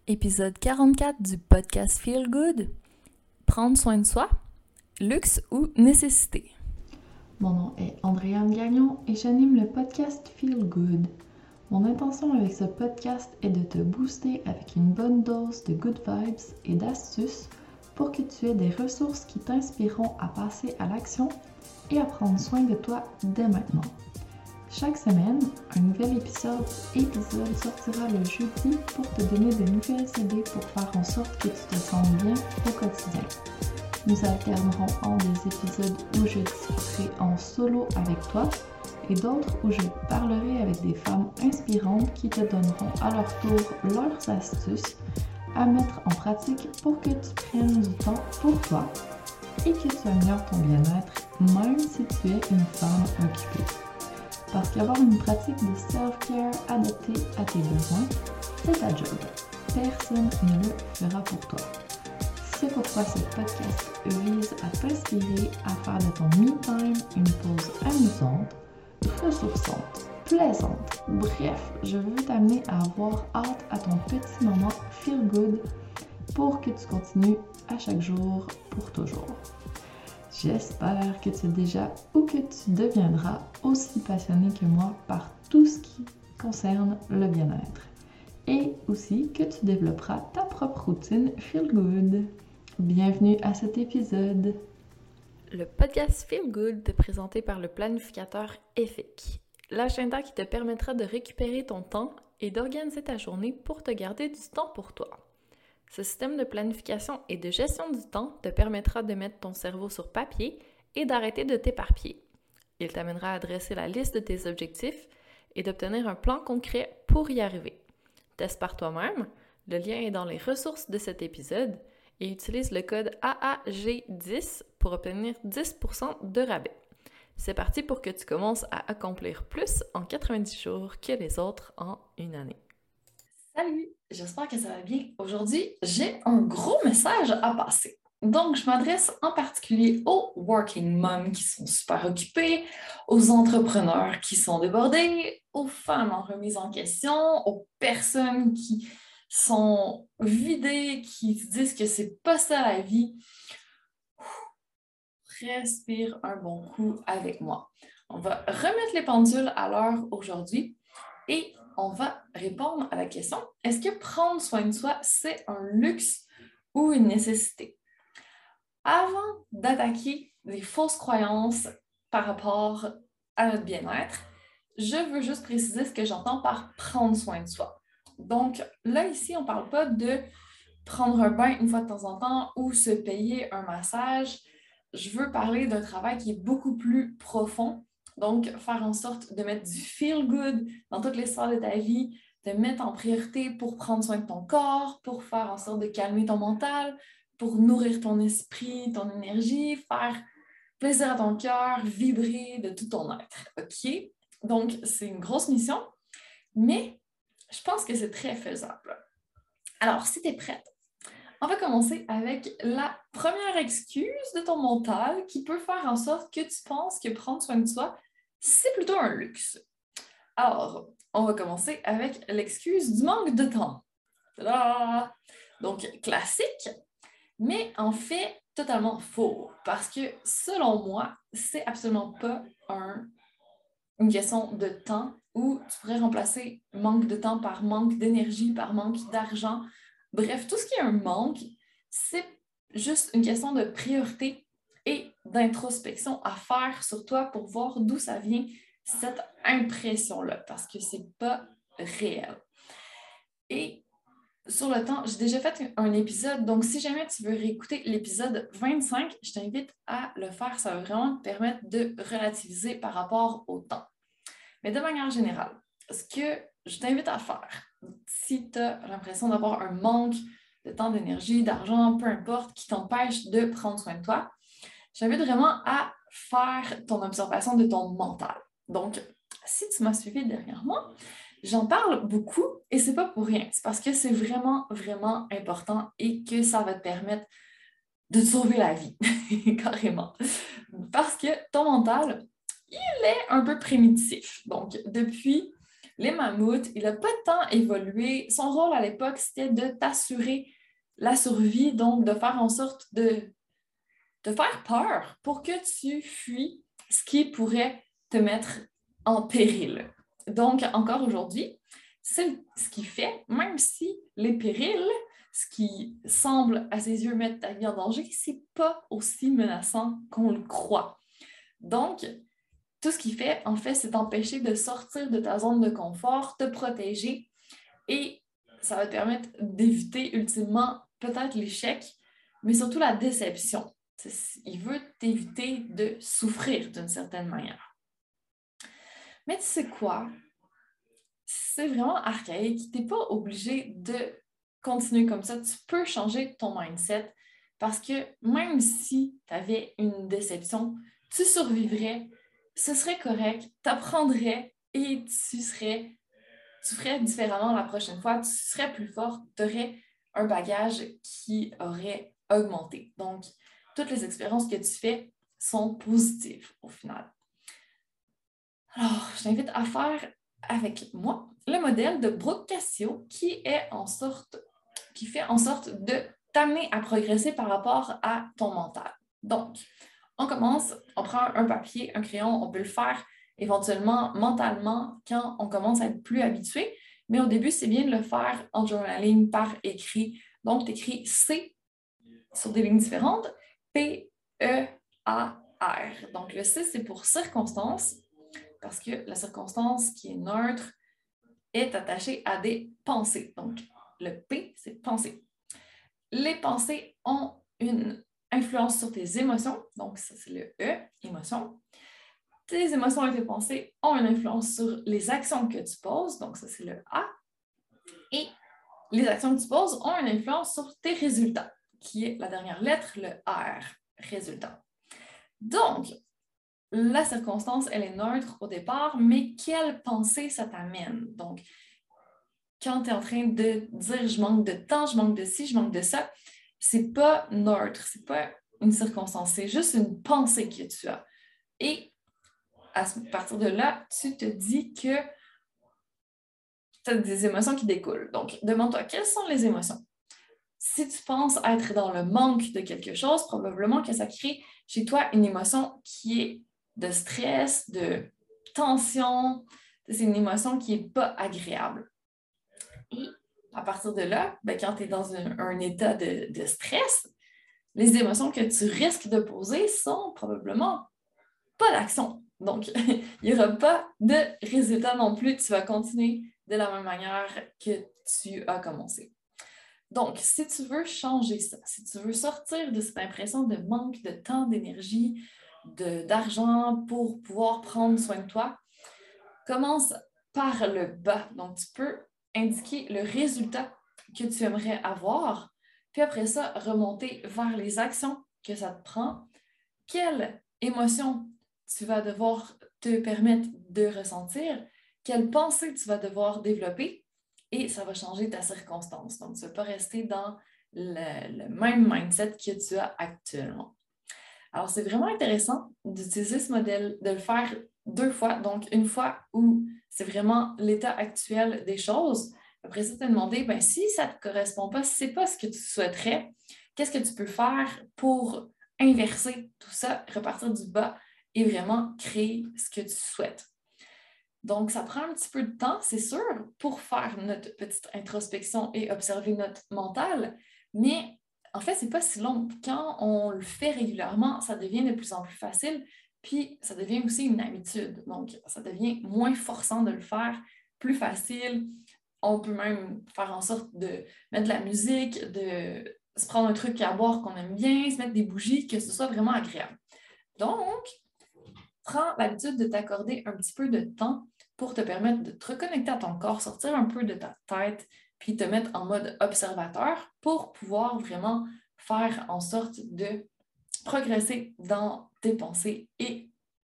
Épisode 44 du podcast Feel Good. Prendre soin de soi, luxe ou nécessité? Mon nom est Andréane Gagnon et j'anime le podcast Feel Good. Mon intention avec ce podcast est de te booster avec une bonne dose de good vibes et d'astuces pour que tu aies des ressources qui t'inspireront à passer à l'action et à prendre soin de toi dès maintenant. Chaque semaine, un nouvel épisode sortira le jeudi pour te donner de nouvelles idées pour faire en sorte que tu te sentes bien au quotidien. Nous alternerons en des épisodes où je discuterai en solo avec toi et d'autres où je parlerai avec des femmes inspirantes qui te donneront à leur tour leurs astuces à mettre en pratique pour que tu prennes du temps pour toi et que tu améliores ton bien-être même si tu es une femme occupée. Parce qu'avoir une pratique de self-care adaptée à tes besoins, c'est ta job. Personne ne le fera pour toi. C'est pourquoi ce podcast vise à t'inspirer à faire de ton me-time une pause amusante, ressourçante, plaisante. Bref, je veux t'amener à avoir hâte à ton petit moment feel good pour que tu continues à chaque jour pour toujours. J'espère que tu es déjà ou que tu deviendras aussi passionné que moi par tout ce qui concerne le bien-être. Et aussi que tu développeras ta propre routine Feel Good. Bienvenue à cet épisode. Le podcast Feel Good est présenté par le planificateur EFIC, l'agenda qui te permettra de récupérer ton temps et d'organiser ta journée pour te garder du temps pour toi. Ce système de planification et de gestion du temps te permettra de mettre ton cerveau sur papier et d'arrêter de t'éparpiller. Il t'amènera à dresser la liste de tes objectifs et d'obtenir un plan concret pour y arriver. Teste par toi-même, le lien est dans les ressources de cet épisode et utilise le code AAG10 pour obtenir 10% de rabais. C'est parti pour que tu commences à accomplir plus en 90 jours que les autres en une année. Salut, j'espère que ça va bien. Aujourd'hui, j'ai un gros message à passer. Donc, je m'adresse en particulier aux working moms qui sont super occupées, aux entrepreneurs qui sont débordés, aux femmes en remise en question, aux personnes qui sont vidées, qui se disent que c'est pas ça la vie. Respire un bon coup avec moi. On va remettre les pendules à l'heure aujourd'hui et on va répondre à la question, est-ce que prendre soin de soi, c'est un luxe ou une nécessité? Avant d'attaquer les fausses croyances par rapport à notre bien-être, je veux juste préciser ce que j'entends par prendre soin de soi. Donc là, ici, on ne parle pas de prendre un bain une fois de temps en temps ou se payer un massage. Je veux parler d'un travail qui est beaucoup plus profond. Donc, faire en sorte de mettre du feel good dans toutes les sphères de ta vie, de mettre en priorité pour prendre soin de ton corps, pour faire en sorte de calmer ton mental, pour nourrir ton esprit, ton énergie, faire plaisir à ton cœur, vibrer de tout ton être. OK? Donc, c'est une grosse mission, mais je pense que c'est très faisable. Alors, si tu es prête, on va commencer avec la première excuse de ton mental qui peut faire en sorte que tu penses que prendre soin de soi, c'est plutôt un luxe. Alors, on va commencer avec l'excuse du manque de temps. Ta-da! Donc, classique, mais en fait, totalement faux. Parce que, selon moi, c'est absolument pas une question de temps où tu pourrais remplacer manque de temps par manque d'énergie, par manque d'argent. Bref, tout ce qui est un manque, c'est juste une question de priorité et d'introspection à faire sur toi pour voir d'où ça vient, cette impression-là, parce que c'est pas réel. Et sur le temps, j'ai déjà fait un épisode, donc si jamais tu veux réécouter l'épisode 25, je t'invite à le faire, ça va vraiment te permettre de relativiser par rapport au temps. Mais de manière générale, ce que je t'invite à faire, si tu as l'impression d'avoir un manque de temps, d'énergie, d'argent, peu importe, qui t'empêche de prendre soin de toi, je t'invite vraiment à faire ton observation de ton mental. Donc, si tu m'as suivi dernièrement, j'en parle beaucoup et c'est pas pour rien. C'est parce que c'est vraiment, vraiment important et que ça va te permettre de te sauver la vie, carrément. Parce que ton mental, il est un peu primitif. Donc, depuis les mammouths, il n'a pas tant évolué. Son rôle à l'époque, c'était de t'assurer la survie, donc de faire en sorte de faire peur pour que tu fuis ce qui pourrait te mettre en péril. Donc, encore aujourd'hui, c'est ce qu'il fait, même si les périls, ce qui semble à ses yeux mettre ta vie en danger, c'est pas aussi menaçant qu'on le croit. Donc, tout ce qu'il fait, en fait, c'est t'empêcher de sortir de ta zone de confort, te protéger et ça va te permettre d'éviter ultimement peut-être l'échec, mais surtout la déception. Il veut t'éviter de souffrir d'une certaine manière. Mais tu sais quoi? C'est vraiment archaïque. Tu n'es pas obligé de continuer comme ça. Tu peux changer ton mindset parce que même si tu avais une déception, tu survivrais, ce serait correct, tu apprendrais et tu ferais différemment la prochaine fois, tu serais plus fort, tu aurais un bagage qui aurait augmenté. Donc, toutes les expériences que tu fais sont positives au final. Alors, je t'invite à faire avec moi le modèle de Brooke Castillo qui fait en sorte de t'amener à progresser par rapport à ton mental. Donc, on commence, on prend un papier, un crayon, on peut le faire éventuellement mentalement quand on commence à être plus habitué, mais au début, c'est bien de le faire en journaling par écrit. Donc, tu écris C sur des lignes différentes, P-E-A-R. Donc, le C, c'est pour circonstance, parce que la circonstance qui est neutre est attachée à des pensées. Donc, le P, c'est pensée. Les pensées ont une influence sur tes émotions. Donc, ça, c'est le E, émotion. Tes émotions et tes pensées ont une influence sur les actions que tu poses. Donc, ça, c'est le A. Et les actions que tu poses ont une influence sur tes résultats, qui est la dernière lettre, le R, résultat. Donc, la circonstance, elle est neutre au départ, mais quelle pensée ça t'amène? Donc, quand tu es en train de dire je manque de temps, je manque de ci, je manque de ça, c'est pas neutre, c'est pas une circonstance, c'est juste une pensée que tu as. Et à partir de là, tu te dis que tu as des émotions qui découlent. Donc, demande-toi, quelles sont les émotions? Si tu penses être dans le manque de quelque chose, probablement que ça crée chez toi une émotion qui est de stress, de tension. C'est une émotion qui n'est pas agréable. Et à partir de là, quand tu es dans un état de stress, les émotions que tu risques de poser sont probablement pas d'action. Donc, il n'y aura pas de résultat non plus. Tu vas continuer de la même manière que tu as commencé. Donc, si tu veux changer ça, si tu veux sortir de cette impression de manque de temps, d'énergie, d'argent pour pouvoir prendre soin de toi, commence par le bas. Donc, tu peux indiquer le résultat que tu aimerais avoir, puis après ça, remonter vers les actions que ça te prend. Quelle émotion tu vas devoir te permettre de ressentir, quelle pensée tu vas devoir développer, et ça va changer ta circonstance. Donc, tu ne vas pas rester dans le même mindset que tu as actuellement. Alors, c'est vraiment intéressant d'utiliser ce modèle, de le faire 2 fois. Donc, une fois où c'est vraiment l'état actuel des choses. Après ça, te demander, si ça ne te correspond pas, si ce n'est pas ce que tu souhaiterais, qu'est-ce que tu peux faire pour inverser tout ça, repartir du bas et vraiment créer ce que tu souhaites. Donc, ça prend un petit peu de temps, c'est sûr, pour faire notre petite introspection et observer notre mental, mais en fait, ce n'est pas si long. Quand on le fait régulièrement, ça devient de plus en plus facile, puis ça devient aussi une habitude. Donc, ça devient moins forçant de le faire, plus facile. On peut même faire en sorte de mettre de la musique, de se prendre un truc à boire qu'on aime bien, se mettre des bougies, que ce soit vraiment agréable. Donc, prends l'habitude de t'accorder un petit peu de temps pour te permettre de te reconnecter à ton corps, sortir un peu de ta tête, puis te mettre en mode observateur pour pouvoir vraiment faire en sorte de progresser dans tes pensées et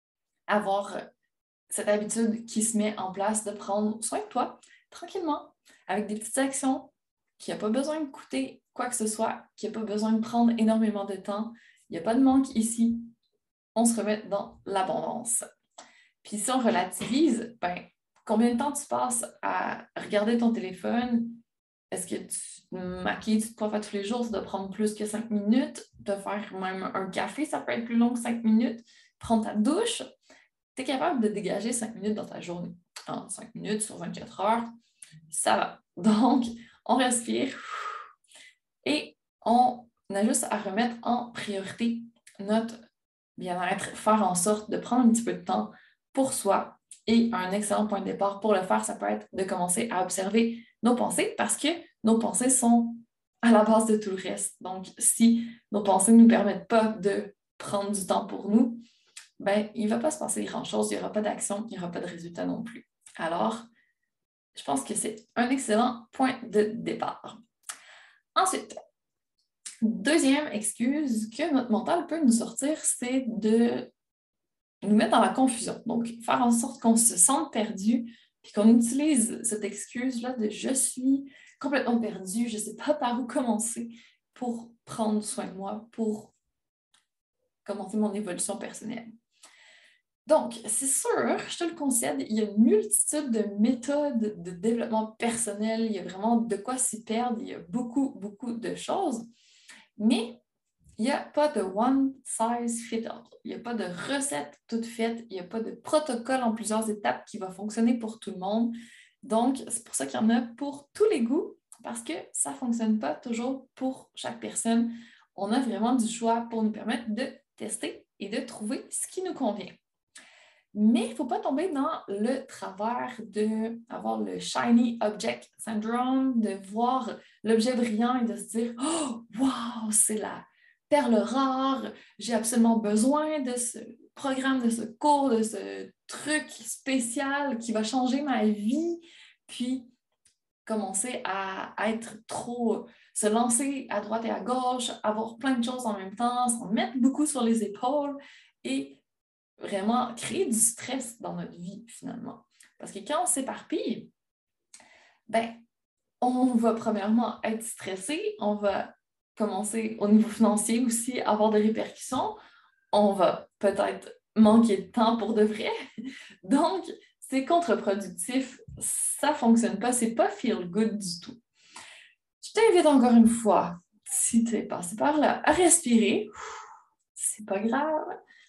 avoir cette habitude qui se met en place de prendre soin de toi tranquillement, avec des petites actions qui n'ont pas besoin de coûter quoi que ce soit, qui n'ont pas besoin de prendre énormément de temps. Il n'y a pas de manque ici. On se remet dans l'abondance. Puis si on relativise, combien de temps tu passes à regarder ton téléphone? Est-ce que tu te maquilles, tu te coiffes tous les jours? Ça doit prendre plus que 5 minutes. De faire même un café, ça peut être plus long que 5 minutes. Prendre ta douche. Tu es capable de dégager 5 minutes dans ta journée. En 5 minutes sur 24 heures, ça va. Donc, on respire et on a juste à remettre en priorité notre bien-être, faire en sorte de prendre un petit peu de temps pour soi. Et un excellent point de départ pour le faire, ça peut être de commencer à observer nos pensées parce que nos pensées sont à la base de tout le reste. Donc, si nos pensées ne nous permettent pas de prendre du temps pour nous, ben, il ne va pas se passer grand-chose, il n'y aura pas d'action, il n'y aura pas de résultat non plus. Alors, je pense que c'est un excellent point de départ. Ensuite, deuxième excuse que notre mental peut nous sortir, c'est de nous mettre dans la confusion. Donc, faire en sorte qu'on se sente perdu, puis qu'on utilise cette excuse-là de « je suis complètement perdu, je ne sais pas par où commencer » pour prendre soin de moi, pour commencer mon évolution personnelle. Donc, c'est sûr, je te le concède, il y a une multitude de méthodes de développement personnel, il y a vraiment de quoi s'y perdre, il y a beaucoup, beaucoup de choses, mais il n'y a pas de one size fit all. Il n'y a pas de recette toute faite, il n'y a pas de protocole en plusieurs étapes qui va fonctionner pour tout le monde. Donc, c'est pour ça qu'il y en a pour tous les goûts, parce que ça ne fonctionne pas toujours pour chaque personne. On a vraiment du choix pour nous permettre de tester et de trouver ce qui nous convient. Mais il ne faut pas tomber dans le travers d'avoir le shiny object syndrome, de voir l'objet brillant et de se dire « Oh, wow, c'est la perle rare, j'ai absolument besoin de ce programme, de ce cours, de ce truc spécial qui va changer ma vie. » Puis commencer à être trop, se lancer à droite et à gauche, avoir plein de choses en même temps, s'en mettre beaucoup sur les épaules et vraiment créer du stress dans notre vie, finalement. Parce que quand on s'éparpille, ben, on va premièrement être stressé, on va commencer au niveau financier aussi à avoir des répercussions, on va peut-être manquer de temps pour de vrai. Donc, c'est contre-productif, ça ne fonctionne pas, c'est pas feel good du tout. Je t'invite encore une fois, si tu es passé par là, à respirer. C'est pas grave.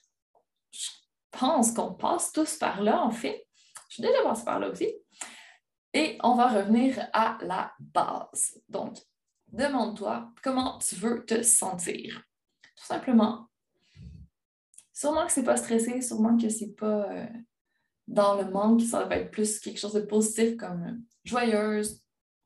Je pense qu'on passe tous par là, en fait. Je suis déjà passée par là aussi. Et on va revenir à la base. Donc, demande-toi comment tu veux te sentir. Tout simplement. Sûrement que c'est pas stressé, sûrement que c'est pas dans le manque, ça va être plus quelque chose de positif comme joyeuse,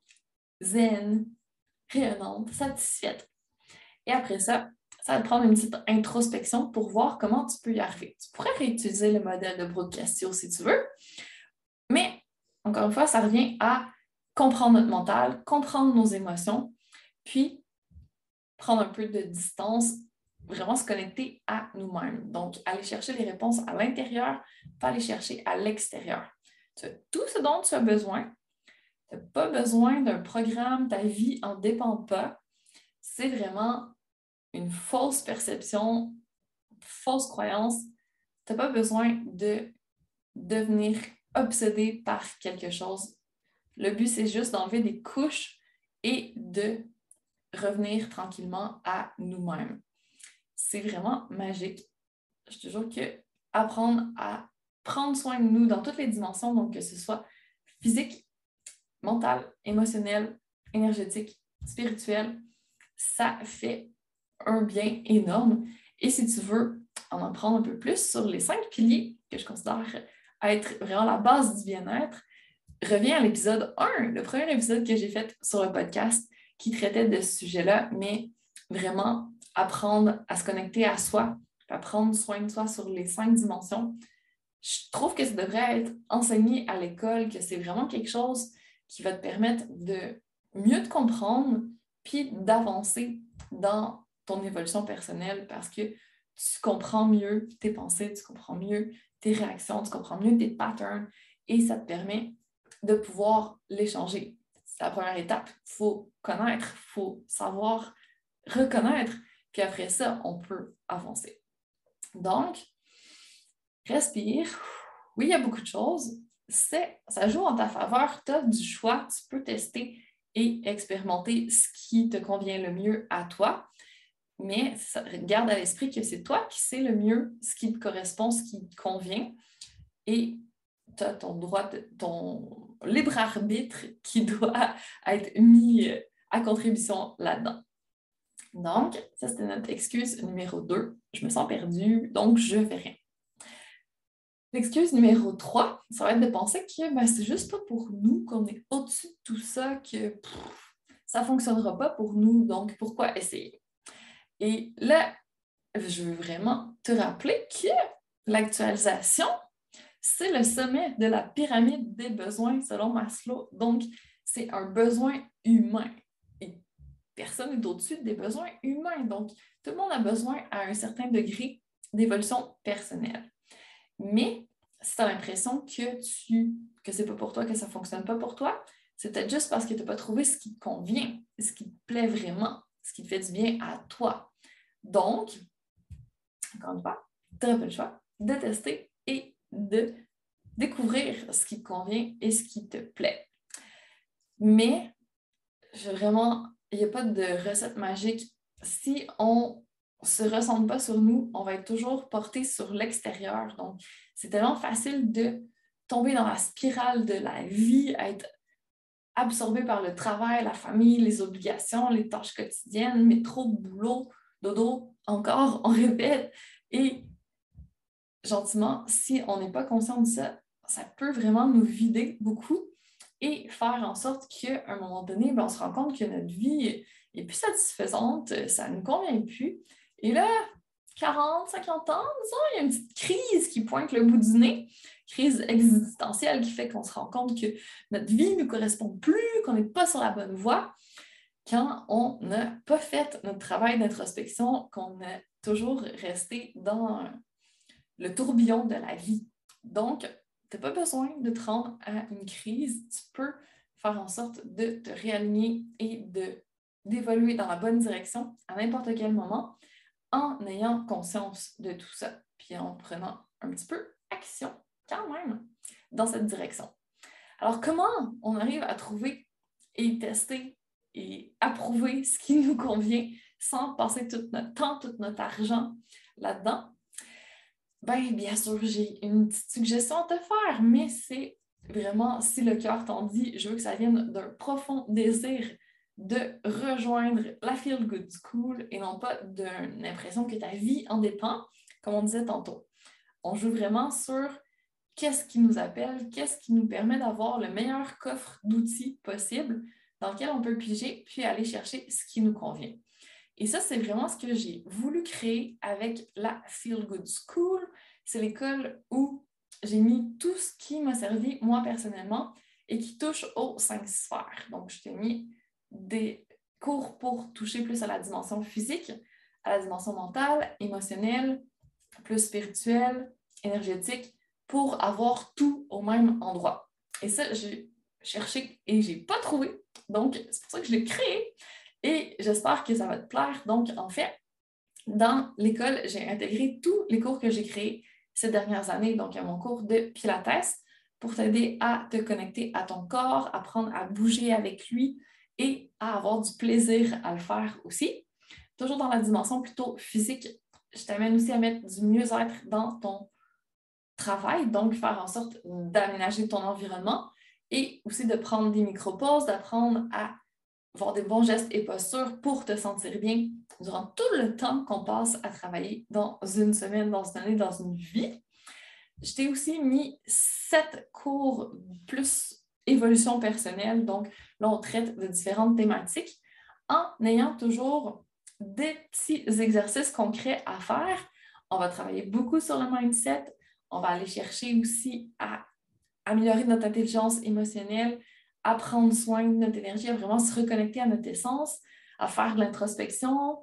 zen, rayonnante, satisfaite. Et après ça va te prendre une petite introspection pour voir comment tu peux y arriver. Tu pourrais réutiliser le modèle de Brooke Castillo si tu veux, mais encore une fois, ça revient à comprendre notre mental, comprendre nos émotions, puis prendre un peu de distance, vraiment se connecter à nous-mêmes. Donc, aller chercher les réponses à l'intérieur, pas aller chercher à l'extérieur. Tu as tout ce dont tu as besoin. Tu n'as pas besoin d'un programme, ta vie n'en dépend pas. C'est vraiment une fausse perception, fausse croyance. Tu n'as pas besoin de devenir obsédé par quelque chose. Le but, c'est juste d'enlever des couches et de revenir tranquillement à nous-mêmes. C'est vraiment magique. Je te jure que apprendre à prendre soin de nous dans toutes les dimensions, donc que ce soit physique, mental, émotionnel, énergétique, spirituel, ça fait un bien énorme. Et si tu veux en apprendre un peu plus sur les 5 piliers que je considère être vraiment la base du bien-être, reviens à l'épisode 1, le premier épisode que j'ai fait sur le podcast qui traitait de ce sujet-là, mais vraiment apprendre à se connecter à soi, à prendre soin de soi sur les 5 dimensions. Je trouve que ça devrait être enseigné à l'école, que c'est vraiment quelque chose qui va te permettre de mieux te comprendre puis d'avancer dans ton évolution personnelle parce que tu comprends mieux tes pensées, tu comprends mieux tes réactions, tu comprends mieux tes patterns et ça te permet de pouvoir les changer. C'est la première étape. Il faut connaître, il faut savoir reconnaître, puis après ça, on peut avancer. Donc, respire. Oui, il y a beaucoup de choses. ça joue en ta faveur, tu as du choix, tu peux tester et expérimenter ce qui te convient le mieux à toi. Mais garde à l'esprit que c'est toi qui sais le mieux ce qui te correspond, ce qui te convient. Et tu as ton libre arbitre qui doit être mis à contribution là-dedans. Donc, ça, c'était notre excuse numéro 2. Je me sens perdue, donc je fais rien. L'excuse numéro 3, ça va être de penser que c'est juste pas pour nous, qu'on est au-dessus de tout ça, que ça ne fonctionnera pas pour nous, donc pourquoi essayer? Et là, je veux vraiment te rappeler que l'actualisation, c'est le sommet de la pyramide des besoins selon Maslow. Donc, c'est un besoin humain. Et personne n'est au-dessus des besoins humains. Donc, tout le monde a besoin à un certain degré d'évolution personnelle. Mais si tu as l'impression que c'est pas pour toi, que ça ne fonctionne pas pour toi, c'est peut-être juste parce que tu n'as pas trouvé ce qui te convient, ce qui te plaît vraiment, ce qui te fait du bien à toi. Donc, encore une fois, tu n'auras pas le choix de tester et de découvrir ce qui te convient et ce qui te plaît. Mais, il n'y a pas de recette magique. Si on ne se ressent pas sur nous, on va être toujours porté sur l'extérieur. Donc, c'est tellement facile de tomber dans la spirale de la vie, être absorbé par le travail, la famille, les obligations, les tâches quotidiennes, métro, boulot, dodo, encore, on répète. Et gentiment, si on n'est pas conscient de ça, ça peut vraiment nous vider beaucoup et faire en sorte qu'à un moment donné, on se rend compte que notre vie est plus satisfaisante, ça ne nous convient plus. Et là, 40, 50 ans, disons, il y a une petite crise qui pointe le bout du nez, crise existentielle qui fait qu'on se rend compte que notre vie ne nous correspond plus, qu'on n'est pas sur la bonne voie, quand on n'a pas fait notre travail d'introspection, qu'on a toujours resté dans le tourbillon de la vie. Donc, tu n'as pas besoin de te rendre à une crise. Tu peux faire en sorte de te réaligner et d'évoluer dans la bonne direction à n'importe quel moment en ayant conscience de tout ça, puis en prenant un petit peu action quand même dans cette direction. Alors, comment on arrive à trouver et tester et approuver ce qui nous convient sans passer tout notre temps, tout notre argent là-dedans? Bien sûr, j'ai une petite suggestion à te faire, mais c'est vraiment, si le cœur t'en dit, je veux que ça vienne d'un profond désir de rejoindre la Feel Good School et non pas d'une impression que ta vie en dépend, comme on disait tantôt. On joue vraiment sur qu'est-ce qui nous appelle, qu'est-ce qui nous permet d'avoir le meilleur coffre d'outils possible dans lequel on peut piger puis aller chercher ce qui nous convient. Et ça, c'est vraiment ce que j'ai voulu créer avec la Feel Good School. C'est l'école où j'ai mis tout ce qui m'a servi, moi, personnellement, et qui touche aux 5 sphères. Donc, je t'ai mis des cours pour toucher plus à la dimension physique, à la dimension mentale, émotionnelle, plus spirituelle, énergétique, pour avoir tout au même endroit. Et ça, j'ai cherché et je n'ai pas trouvé. Donc, c'est pour ça que je l'ai créé. Et j'espère que ça va te plaire. Donc, en fait, dans l'école, j'ai intégré tous les cours que j'ai créés ces dernières années. Donc, il y a mon cours de Pilates pour t'aider à te connecter à ton corps, apprendre à bouger avec lui et à avoir du plaisir à le faire aussi. Toujours dans la dimension plutôt physique, je t'amène aussi à mettre du mieux-être dans ton travail, donc faire en sorte d'aménager ton environnement et aussi de prendre des micro-pauses, d'apprendre à avoir des bons gestes et postures pour te sentir bien durant tout le temps qu'on passe à travailler dans une semaine, dans une année, dans une vie. Je t'ai aussi mis 7 cours plus évolution personnelle. Donc, là, on traite de différentes thématiques en ayant toujours des petits exercices concrets à faire. On va travailler beaucoup sur le mindset. On va aller chercher aussi à améliorer notre intelligence émotionnelle, à prendre soin de notre énergie, à vraiment se reconnecter à notre essence, à faire de l'introspection,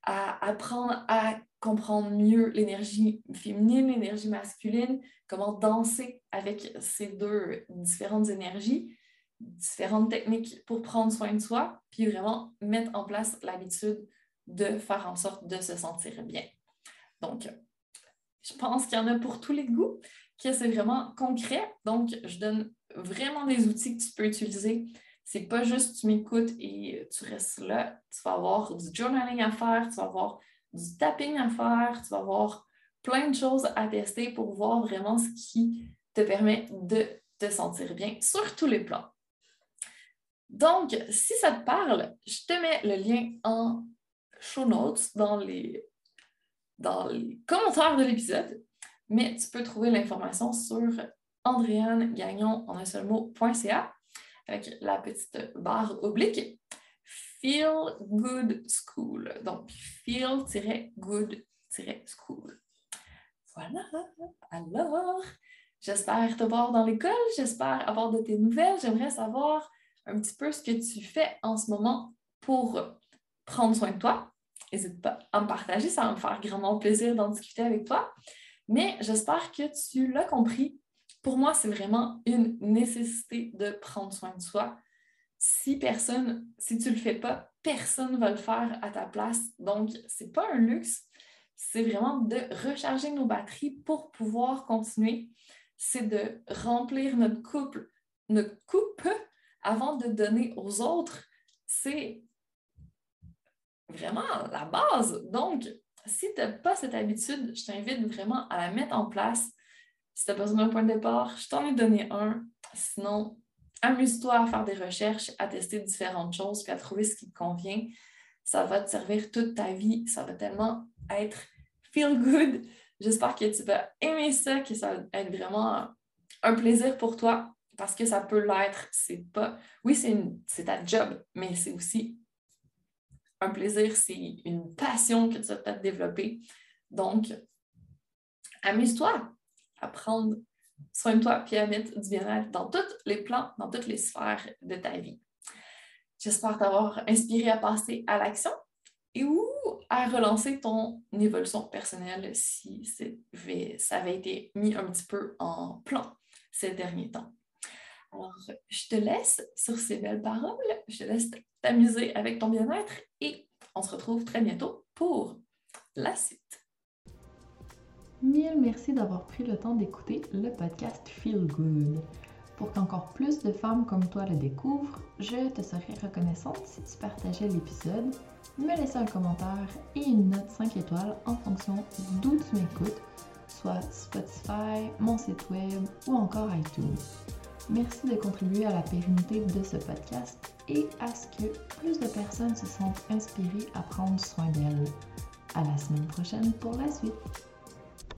à apprendre à comprendre mieux l'énergie féminine, l'énergie masculine, comment danser avec ces deux différentes énergies, différentes techniques pour prendre soin de soi, puis vraiment mettre en place l'habitude de faire en sorte de se sentir bien. Donc, je pense qu'il y en a pour tous les goûts. que c'est vraiment concret. Donc, je donne vraiment des outils que tu peux utiliser. C'est pas juste tu m'écoutes et tu restes là. Tu vas avoir du journaling à faire, tu vas avoir du tapping à faire, tu vas avoir plein de choses à tester pour voir vraiment ce qui te permet de te sentir bien sur tous les plans. Donc, si ça te parle, je te mets le lien en show notes dans les commentaires de l'épisode, mais tu peux trouver l'information sur andréannegagnon en un seul mot.ca avec la petite barre oblique Feel Good School. Donc, feel-good-school. Voilà. Alors, j'espère te voir dans l'école, j'espère avoir de tes nouvelles. J'aimerais savoir un petit peu ce que tu fais en ce moment pour prendre soin de toi. N'hésite pas à me partager, ça va me faire grandement plaisir d'en discuter avec toi. Mais j'espère que tu l'as compris. Pour moi, c'est vraiment une nécessité de prendre soin de soi. Si tu ne le fais pas, personne ne va le faire à ta place. Donc, ce n'est pas un luxe. C'est vraiment de recharger nos batteries pour pouvoir continuer. C'est de remplir notre coupe avant de donner aux autres. C'est vraiment la base. Donc, si tu n'as pas cette habitude, je t'invite vraiment à la mettre en place. Si tu as besoin d'un point de départ, je t'en ai donné un. Sinon, amuse-toi à faire des recherches, à tester différentes choses, puis à trouver ce qui te convient. Ça va te servir toute ta vie. Ça va tellement être feel good. J'espère que tu vas aimer ça, que ça va être vraiment un plaisir pour toi, parce que ça peut l'être. Oui, c'est ta job, mais c'est aussi un plaisir, c'est une passion que tu vas peut-être développer. Donc, amuse-toi à prendre soin de toi puis à mettre du bien-être dans tous les plans, dans toutes les sphères de ta vie. J'espère t'avoir inspiré à passer à l'action et ou à relancer ton évolution personnelle si ça avait été mis un petit peu en plan ces derniers temps. Alors, je te laisse sur ces belles paroles. Je te laisse t'amuser avec ton bien-être et on se retrouve très bientôt pour la suite. Mille merci d'avoir pris le temps d'écouter le podcast Feel Good. Pour qu'encore plus de femmes comme toi le découvrent, je te serais reconnaissante si tu partageais l'épisode, me laissais un commentaire et une note 5 étoiles en fonction d'où tu m'écoutes, soit Spotify, mon site web ou encore iTunes. Merci de contribuer à la pérennité de ce podcast et à ce que plus de personnes se sentent inspirées à prendre soin d'elles. À la semaine prochaine pour la suite!